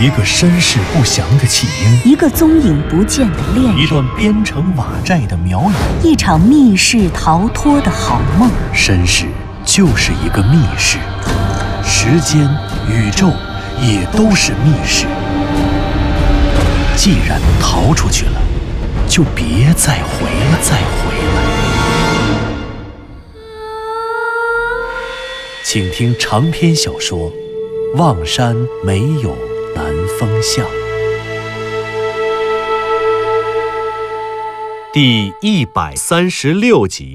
一个身世不详的弃婴， 一个踪影不见的恋人， 一段编成瓦寨的苗语， 一场密室逃脱的好梦。 身世就是一个密室，时间、宇宙也都是密室。既然逃出去了，就别再回来。请听长篇小说《望山没有南风向》第136集。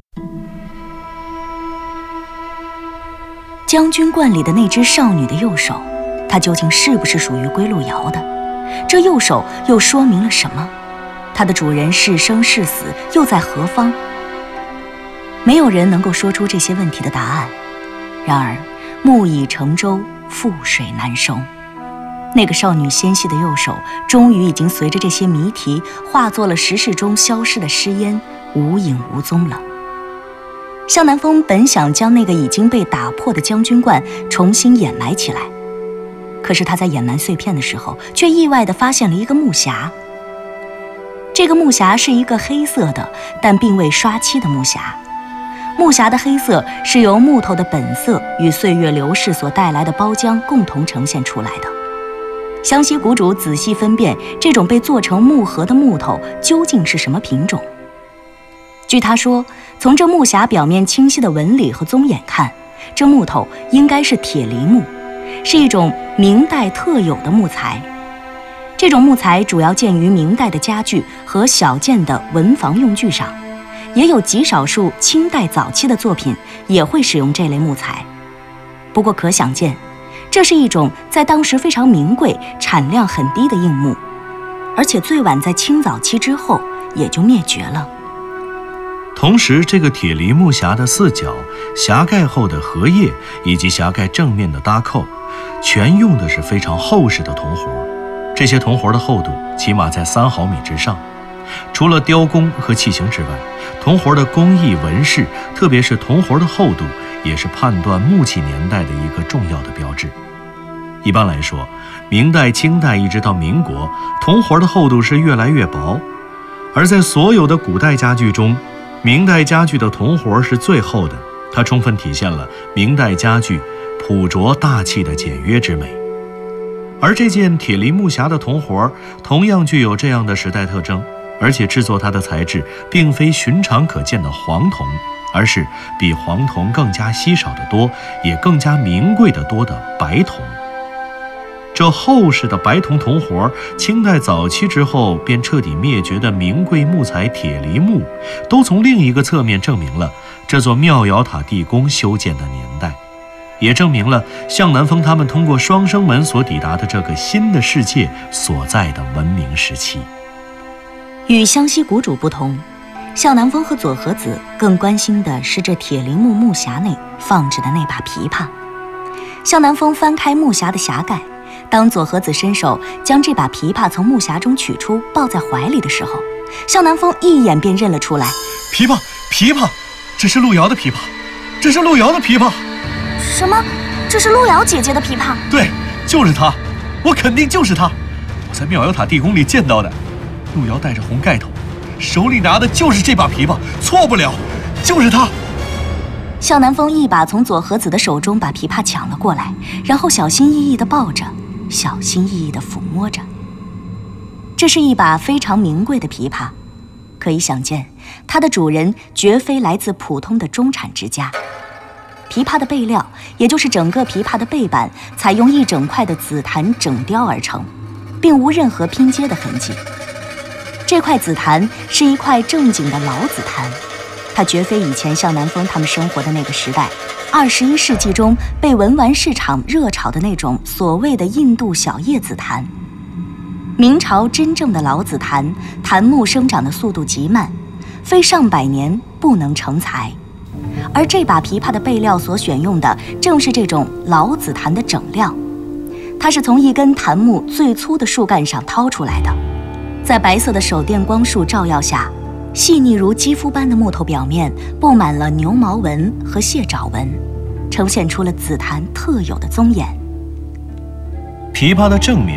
将军观里的那只少女的右手，她究竟是不是属于归路遥的？这右手又说明了什么？她的主人是生是死，又在何方？没有人能够说出这些问题的答案。然而木已成舟，覆水难收。那个少女纤细的右手终于已经随着这些谜题化作了时势中消失的诗烟，无影无踪了。向南风本想将那个已经被打破的将军观重新掩埋起来，可是他在掩埋碎片的时候，却意外地发现了一个木匣。这个木匣是一个黑色的但并未刷漆的木匣。木匣的黑色是由木头的本色与岁月流逝所带来的包浆共同呈现出来的。湘西谷主仔细分辨这种被做成木盒的木头究竟是什么品种。据他说，从这木匣表面清晰的纹理和棕眼看，这木头应该是铁梨木，是一种明代特有的木材。这种木材主要见于明代的家具和小件的文房用具上，也有极少数清代早期的作品也会使用这类木材。不过可想见，这是一种在当时非常名贵、产量很低的硬木，而且最晚在清早期之后也就灭绝了。 同时，这个铁梨木匣的四角、匣盖后的荷叶以及匣盖正面的搭扣，全用的是非常厚实的铜活。这些铜活的厚度起码在3毫米之上。除了雕工和器型之外，铜活的工艺纹饰，特别是铜活的厚度，也是判断木器年代的一个重要的标志。一般来说，明代、清代一直到民国，铜活的厚度是越来越薄。而在所有的古代家具中，明代家具的铜活是最厚的，它充分体现了明代家具朴拙大气的简约之美。而这件铁梨木匣的铜活同样具有这样的时代特征，而且制作它的材质并非寻常可见的黄铜，而是比黄铜更加稀少得多，也更加名贵得多的白铜。这厚实的白铜铜活，清代早期之后便彻底灭绝的名贵木材铁梨木，都从另一个侧面证明了这座妙瑶塔地宫修建的年代，也证明了向南风他们通过双生门所抵达的这个新的世界所在的文明时期。 与湘西谷主不同，向南风和左和子更关心的是这铁梨木木匣内放置的那把琵琶。向南风翻开木匣的匣盖，当左和子伸手将这把琵琶从木匣中取出抱在怀里的时候，向南风一眼便认了出来。 琵琶，这是路遥的琵琶，这是路遥的琵琶。 什么？这是路遥姐姐的琵琶？ 对，就是她，我肯定就是她，我在妙瑶塔地宫里见到的。路遥戴着红盖头，手里拿的就是这把琵琶，错不了，就是她。 向南风一把从左和子的手中把琵琶抢了过来，然后小心翼翼地抱着，小心翼翼地抚摸着。这是一把非常名贵的琵琶，可以想见，它的主人绝非来自普通的中产之家。琵琶的背料，也就是整个琵琶的背板，采用一整块的紫檀整雕而成，并无任何拼接的痕迹。这块紫檀是一块正经的老紫檀，它绝非以前向南风他们生活的那个时代，21世纪中被文玩市场热炒的那种所谓的印度小叶紫檀。明朝真正的老紫檀，檀木生长的速度极慢，非上百年不能成材。而这把琵琶的备料所选用的正是这种老紫檀的整料，它是从一根檀木最粗的树干上掏出来的，在白色的手电光束照耀下，细腻如肌肤般的木头表面布满了牛毛纹和蟹爪纹，呈现出了紫檀特有的棕眼。 琵琶的正面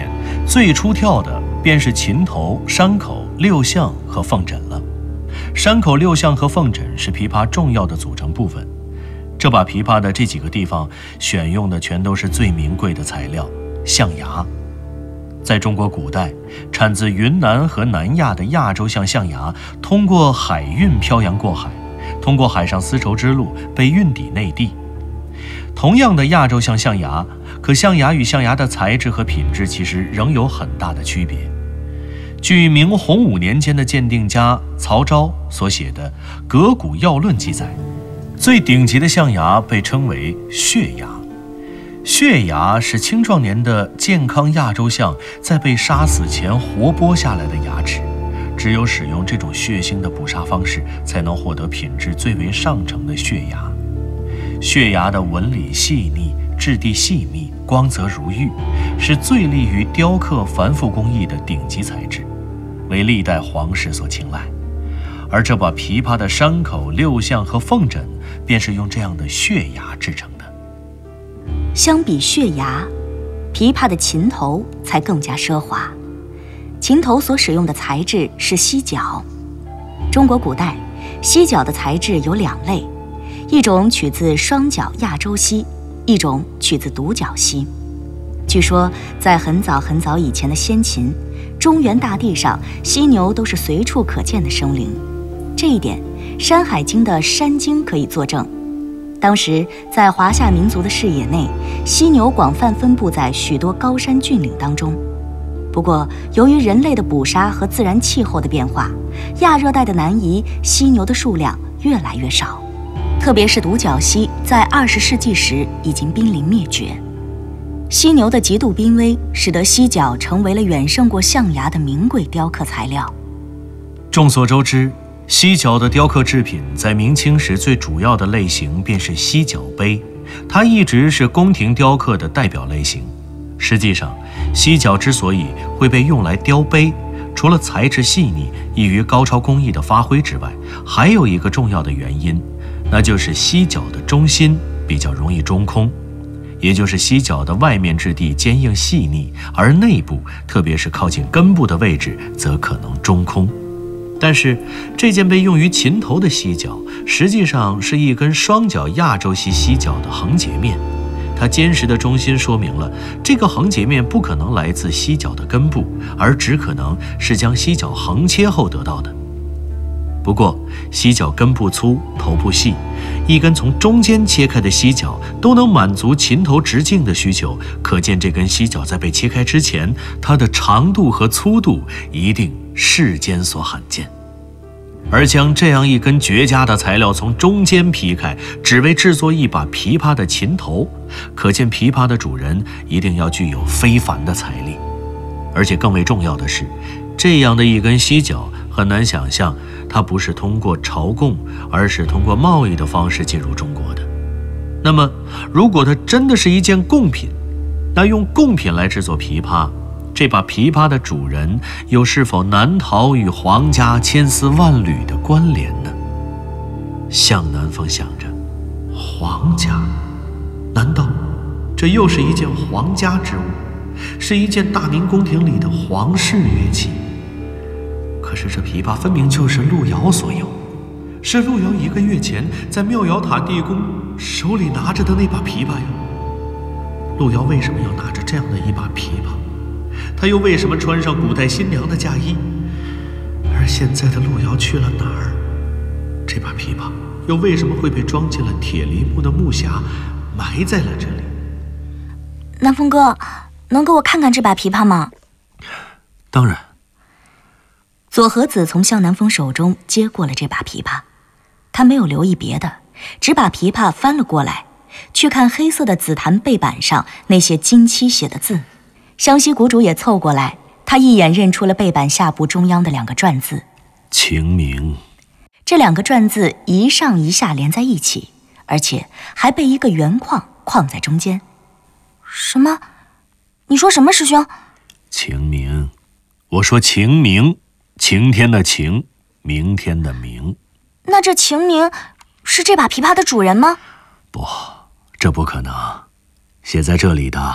最出挑的便是琴头、山口、六项和凤枕了。山口、六项和凤枕是琵琶重要的组成部分。这把琵琶的这几个地方选用的全都是最名贵的材料，象牙。在中国古代，产自云南和南亚的亚洲象牙，通过海运漂洋过海，通过海上丝绸之路被运抵内地。同样的亚洲象牙，可象牙与象牙的材质和品质其实仍有很大的区别。据明洪武年间的鉴定家曹昭所写的《革古要论》记载，最顶级的象牙被称为血牙。血牙是青壮年的健康亚洲象在被杀死前活剥下来的牙齿，只有使用这种血腥的捕杀方式，才能获得品质最为上乘的血牙。血牙的纹理细腻，质地细密，光泽如玉，是最利于雕刻繁复工艺的顶级材质，为历代皇室所青睐。而这把琵琶的山口、六项和凤枕，便是用这样的血牙制成的。 相比血牙，琵琶的琴头才更加奢华。琴头所使用的材质是犀角。中国古代，犀角的材质有两类，一种取自双角亚洲犀，一种取自独角犀。据说，在很早很早以前的先秦，中原大地上犀牛都是随处可见的生灵。这一点，《山海经》的山经可以作证。当时在华夏民族的视野内，犀牛广泛分布在许多高山峻岭当中。不过，由于人类的捕杀和自然气候的变化，亚热带的南移，犀牛的数量越来越少。特别是独角犀，在20世纪时已经濒临灭绝。犀牛的极度濒危，使得犀角成为了远胜过象牙的名贵雕刻材料。 众所周知，犀角的雕刻制品在明清时最主要的类型便是犀角杯，它一直是宫廷雕刻的代表类型。实际上，犀角之所以会被用来雕杯，除了材质细腻、易于高超工艺的发挥之外，还有一个重要的原因，那就是犀角的中心比较容易中空，也就是犀角的外面质地坚硬细腻，而内部，特别是靠近根部的位置，则可能中空。但是，这件被用于琴头的犀角，实际上是一根双角亚洲犀犀角的横截面。它坚实的中心说明了，这个横截面不可能来自犀角的根部，而只可能是将犀角横切后得到的。不过，犀角根部粗，头部细，一根从中间切开的犀角都能满足琴头直径的需求，可见这根犀角在被切开之前，它的长度和粗度一定世间所罕见。而将这样一根绝佳的材料从中间劈开，只为制作一把琵琶的琴头，可见琵琶的主人一定要具有非凡的财力。而且更为重要的是，这样的一根犀角很难想象它不是通过朝贡，而是通过贸易的方式进入中国的。那么，如果它真的是一件贡品，那用贡品来制作琵琶，这把琵琶的主人又是否难逃与皇家千丝万缕的关联呢？向南风想着，皇家，难道这又是一件皇家之物，是一件大明宫廷里的皇室乐器？可是这琵琶分明就是路遥所有，是路遥1个月前在妙瑶塔地宫手里拿着的那把琵琶呀。路遥为什么要拿着这样的一把琵琶？他又为什么穿上古代新娘的嫁衣？而现在的路遥去了哪儿？这把琵琶又为什么会被装进了铁梨木的木匣，埋在了这里？ 南风哥，能给我看看这把琵琶吗？ 当然。 左和子从向南风手中接过了这把琵琶，他没有留意别的，只把琵琶翻了过来，去看黑色的紫檀背板上那些金漆写的字。湘西谷主也凑过来，他一眼认出了背板下部中央的2个篆字“ 晴明”。 这2个篆字一上一下连在一起，而且还被一个圆框框在中间。 什么？你说什么，师兄？ 晴明，我说晴明，晴天的晴，明天的明。 那这晴明是这把琵琶的主人吗？ 不，这不可能。写在这里的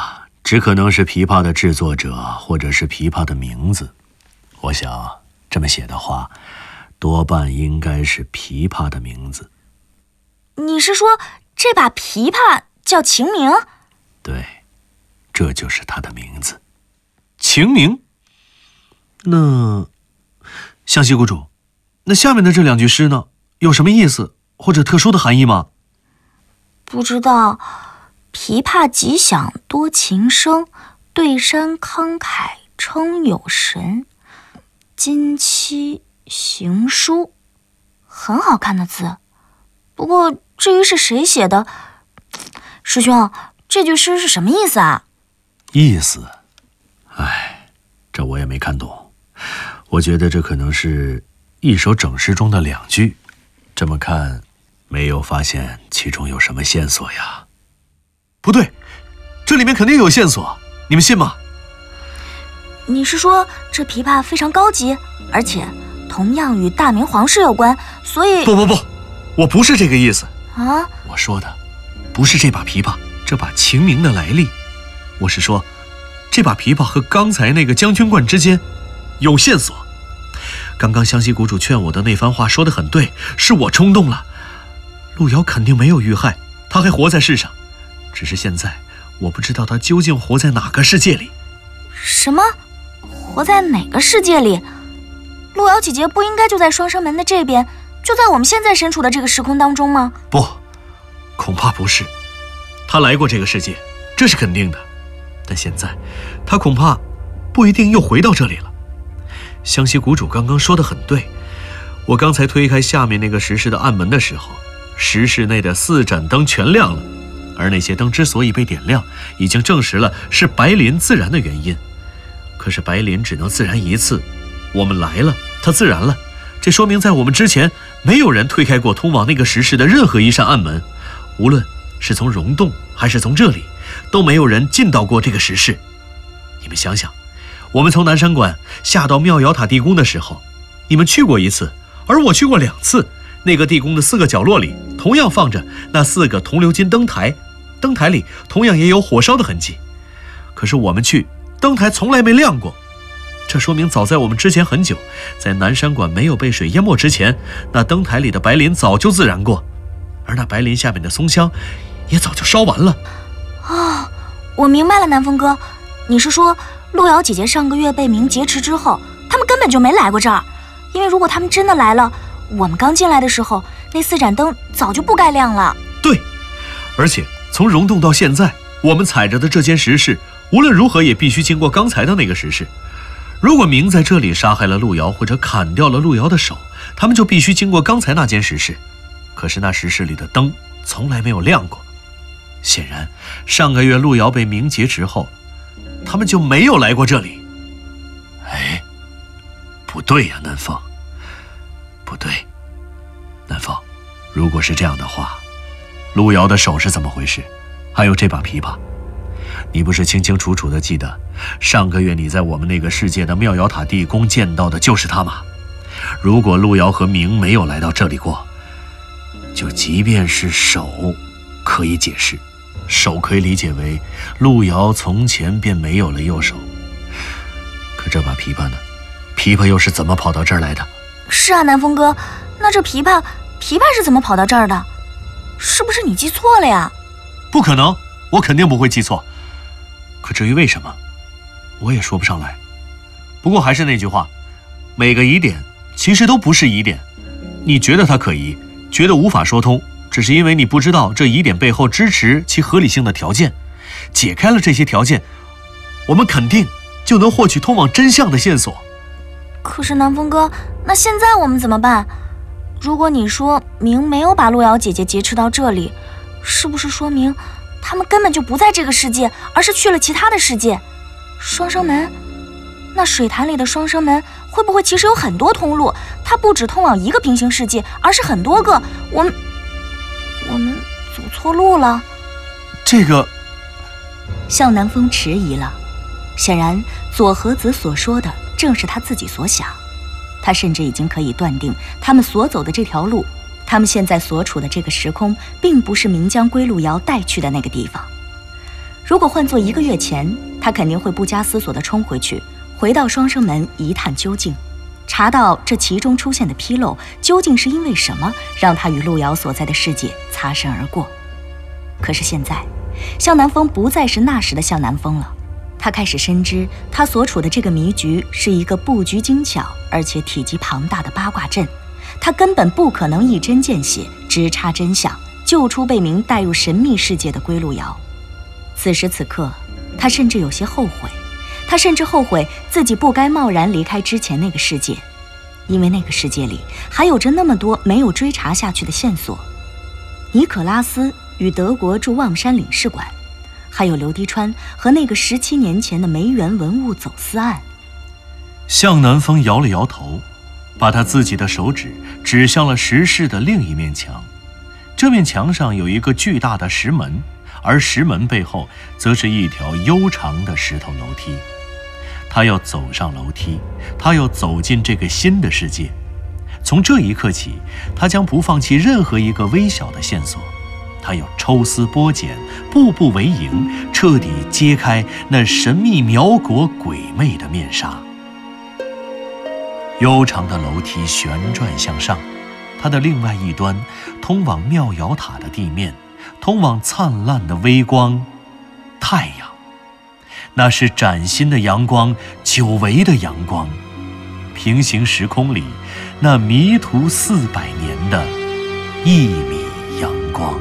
只可能是琵琶的制作者，或者是琵琶的名字。我想这么写的话，多半应该是琵琶的名字。 你是说这把琵琶叫晴明？ 对，这就是它的名字，晴明。那湘西谷主，那下面的这2句诗呢，有什么意思或者特殊的含义吗？ 不知道。琵琶急响多情声，对山慷慨称有神。金漆行书，很好看的字。不过至于是谁写的，师兄，这句诗是什么意思啊？ 意思？这我也没看懂。我觉得这可能是一首整诗中的2句。这么看，没有发现其中有什么线索呀？不对，这里面肯定有线索，你们信吗？ 你是说这琵琶非常高级，而且同样与大明皇室有关，所以…… 不，我不是这个意思啊！ 我说的不是这把琵琶，这把晴明的来历。我是说，这把琵琶和刚才那个将军观之间有线索。刚刚湘西谷主劝我的那番话说得很对，是我冲动了。路遥肯定没有遇害，他还活在世上。只是现在我不知道他究竟活在哪个世界里。 什么？活在哪个世界里？路遥姐姐不应该就在双生门的这边，就在我们现在身处的这个时空当中吗？ 不，恐怕不是。他来过这个世界，这是肯定的。但现在他恐怕不一定又回到这里了。湘西谷主刚刚说得很对，我刚才推开下面那个石室的暗门的时候，石室内的4盏灯全亮了。而那些灯之所以被点亮，已经证实了是白磷自燃的原因。可是白磷只能自燃1次，我们来了，它自燃了，这说明在我们之前，没有人推开过通往那个石室的任何一扇暗门，无论是从溶洞还是从这里，都没有人进到过这个石室。你们想想，我们从南山馆下到妙瑶塔地宫的时候，你们去过1次，而我去过2次。那个地宫的4个角落里，同样放着那4个铜鎏金灯台，灯台里同样也有火烧的痕迹。可是我们去，灯台从来没亮过。这说明早在我们之前很久，在南山馆没有被水淹没之前，那灯台里的白磷早就自燃过，而那白磷下面的松香也早就烧完了。 哦，我明白了，南风哥，你是说路遥姐姐上个月被明劫持之后，他们根本就没来过这儿？因为如果他们真的来了，我们刚进来的时候，那4盏灯早就不该亮了。 对，而且从溶洞到现在，我们踩着的这间石室，无论如何也必须经过刚才的那个石室。如果明在这里杀害了路遥，或者砍掉了路遥的手，他们就必须经过刚才那间石室。可是那石室里的灯从来没有亮过。显然，上个月路遥被明劫持后，他们就没有来过这里。不对呀，南风。不对，南风，如果是这样的话，路遥的手是怎么回事？还有这把琵琶，你不是清清楚楚地记得上个月你在我们那个世界的妙瑶塔地宫见到的就是他吗？如果路遥和明没有来到这里过，就即便是手可以解释，手可以理解为路遥从前便没有了右手。可这把琵琶呢？琵琶又是怎么跑到这儿来的？ 是啊，南风哥，那这琵琶是怎么跑到这儿的？是不是你记错了呀？ 不可能，我肯定不会记错。可至于为什么，我也说不上来。不过还是那句话，每个疑点其实都不是疑点。你觉得它可疑，觉得无法说通，只是因为你不知道这疑点背后支持其合理性的条件。解开了这些条件，我们肯定就能获取通往真相的线索。 可是南风哥，那现在我们怎么办？如果你说明没有把路遥姐姐劫持到这里，是不是说明他们根本就不在这个世界，而是去了其他的世界？双生门，那水潭里的双生门会不会其实有很多通路？它不只通往一个平行世界，而是很多个。我们走错路了。 这个， 向南风迟疑了。显然，左和子所说的正是他自己所想。他甚至已经可以断定，他们所走的这条路，他们现在所处的这个时空，并不是岷江归路遥带去的那个地方。 如果换作1个月前，他肯定会不加思索地冲回去，回到双生门一探究竟，查到这其中出现的纰漏究竟是因为什么让他与路遥所在的世界擦身而过。可是现在，向南风不再是那时的向南风了，他开始深知他所处的这个迷局是一个布局精巧而且体积庞大的八卦阵，他根本不可能一针见血直插真相，救出被明带入神秘世界的归路遥。此时此刻，他甚至有些后悔，他甚至后悔自己不该贸然离开之前那个世界，因为那个世界里还有着那么多没有追查下去的线索。尼可拉斯与德国驻望山领事馆，还有刘迪川和那个17年前的梅园文物走私案。 向南风摇了摇头，把他自己的手指指向了石室的另一面墙。这面墙上有一个巨大的石门，而石门背后则是一条悠长的石头楼梯。他要走上楼梯，他要走进这个新的世界。从这一刻起，他将不放弃任何一个微小的线索，他要抽丝剥茧，步步为营，彻底揭开那神秘苗国鬼魅的面纱。悠长的楼梯旋转向上，它的另外一端通往妙瑶塔的地面，通往灿烂的微光——太阳。那是崭新的阳光，久违的阳光。平行时空里，那迷途400年的1米阳光。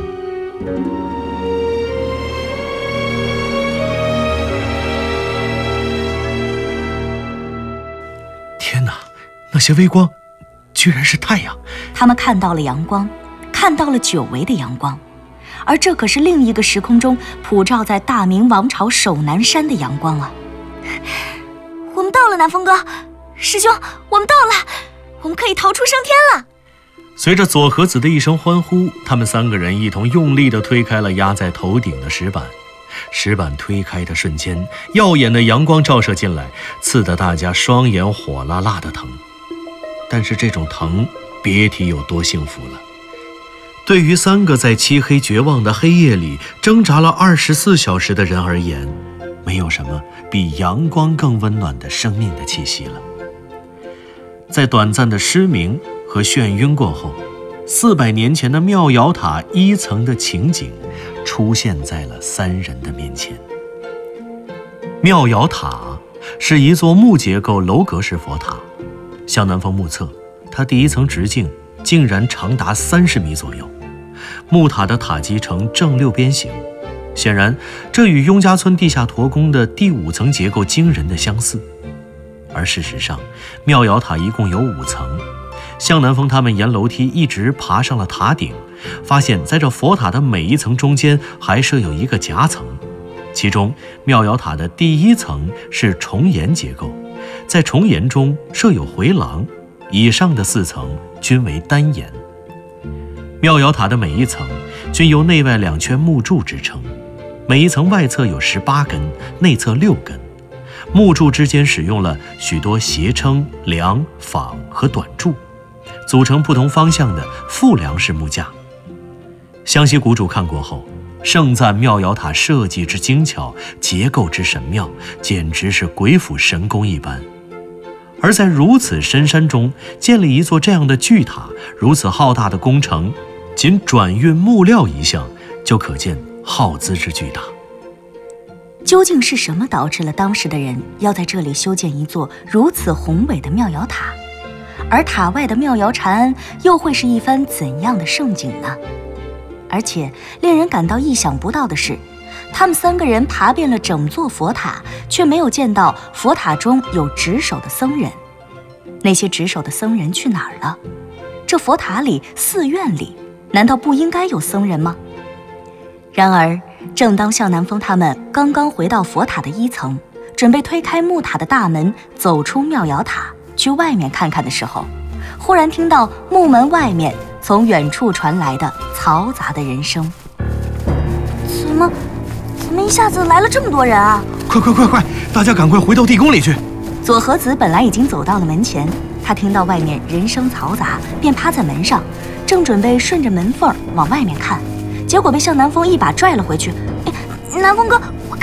天哪，那些微光居然是太阳！ 他们看到了阳光，看到了久违的阳光，而这可是另一个时空中普照在大明王朝首南山的阳光啊！ 我们到了，南风哥，师兄，我们到了，我们可以逃出升天了！ 随着佐和子的一声欢呼，他们3个人一同用力地推开了压在头顶的石板。石板推开的瞬间，耀眼的阳光照射进来，刺得大家双眼火辣辣的疼。但是这种疼别提有多幸福了。对于3个在漆黑绝望的黑夜里挣扎了24小时的人而言，没有什么比阳光更温暖的生命的气息了。在短暂的失明和眩晕过后，400年前的妙瑶塔1层的情景出现在了3人的面前。妙瑶塔是一座木结构楼阁式佛塔，向南风目测，它第1层直径竟然长达30米左右，木塔的塔基呈正6边形，显然这与雍家村地下驼宫的第5层结构惊人的相似。而事实上，妙瑶塔一共有5层。向南风他们沿楼梯一直爬上了塔顶，发现在这佛塔的每一层中间还设有一个夹层，其中妙瑶塔的第1层是重檐结构，在重檐中设有回廊，以上的4层均为单檐。妙瑶塔的每一层均由内外2圈木柱支撑，每一层外侧有18根，内侧6根。木柱之间使用了许多斜撑、梁、枋和短柱，组成不同方向的复梁式木架。湘西谷主看过后，盛赞妙瑶塔设计之精巧，结构之神妙，简直是鬼斧神工一般。而在如此深山中建立一座这样的巨塔，如此浩大的工程，仅转运木料一项就可见耗资之巨大。 究竟是什么导致了当时的人要在这里修建一座如此宏伟的妙瑶塔？而塔外的妙瑶禅庵又会是一番怎样的盛景呢？而且令人感到意想不到的是，他们3个人爬遍了整座佛塔，却没有见到佛塔中有值守的僧人。那些值守的僧人去哪儿了？这佛塔里、寺院里，难道不应该有僧人吗？然而正当向南风他们刚刚回到佛塔的1层，准备推开木塔的大门，走出妙瑶塔去外面看看的时候，忽然听到木门外面从远处传来的嘈杂的人声。 怎么一下子来了这么多人啊？ 快，大家赶快回到地宫里去。 佐和子本来已经走到了门前，他听到外面人声嘈杂，便趴在门上，正准备顺着门缝往外面看，结果被向南风一把拽了回去。 南风哥，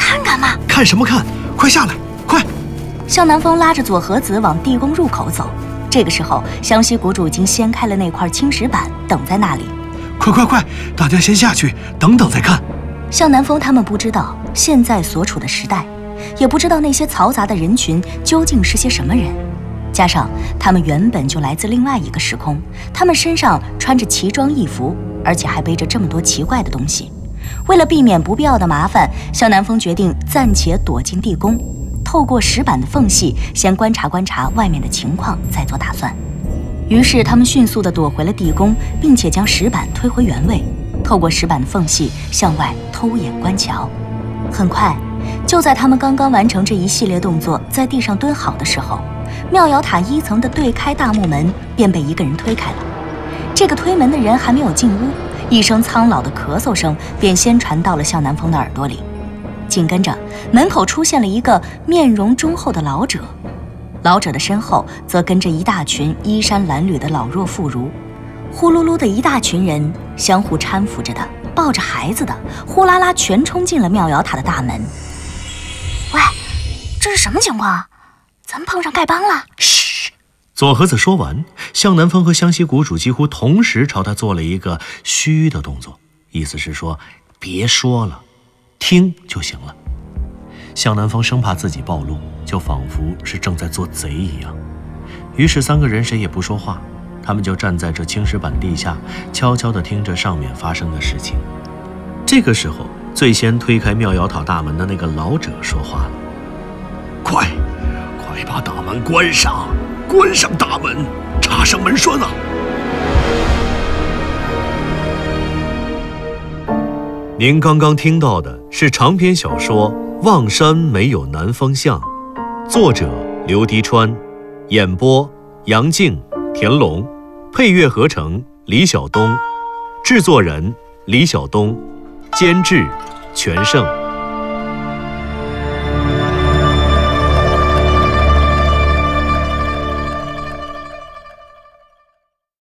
看看嘛！ 看什么看？快下来，快！ 向南风拉着左和子往地宫入口走。这个时候，湘西谷主已经掀开了那块青石板，等在那里。 快！大家先下去，等等再看。 向南风他们不知道现在所处的时代，也不知道那些嘈杂的人群究竟是些什么人。加上他们原本就来自另外一个时空，他们身上穿着奇装异服，而且还背着这么多奇怪的东西。为了避免不必要的麻烦，向南风决定暂且躲进地宫，透过石板的缝隙先观察外面的情况，再做打算。于是他们迅速地躲回了地宫，并且将石板推回原位，透过石板的缝隙向外偷眼观瞧。很快，就在他们刚刚完成这一系列动作，在地上蹲好的时候，妙瑶塔1层的对开大木门便被一个人推开了。这个推门的人还没有进屋，一声苍老的咳嗽声便先传到了向南风的耳朵里。紧跟着，门口出现了一个面容忠厚的老者，老者的身后则跟着一大群衣衫褴褛的老弱妇孺，呼噜噜的一大群人，相互搀扶着的，抱着孩子的，呼啦啦全冲进了妙瑶塔的大门。 喂，这是什么情况啊？咱们碰上丐帮了！ 嘘！左和子说完，向南风和湘西谷主几乎同时朝他做了一个嘘的动作，意思是说别说了，听就行了。向南风生怕自己暴露，就仿佛是正在做贼一样。于是3个人谁也不说话，他们就站在这青石板地下，悄悄地听着上面发生的事情。这个时候，最先推开妙瑶塔大门的那个老者说话了：“快把大门关上，关上大门，插上门栓啊！”您刚刚听到的是长篇小说《望山没有南方向》，作者刘迪川，演播杨静、田龙，配乐合成李晓东，制作人李晓东，监制全胜。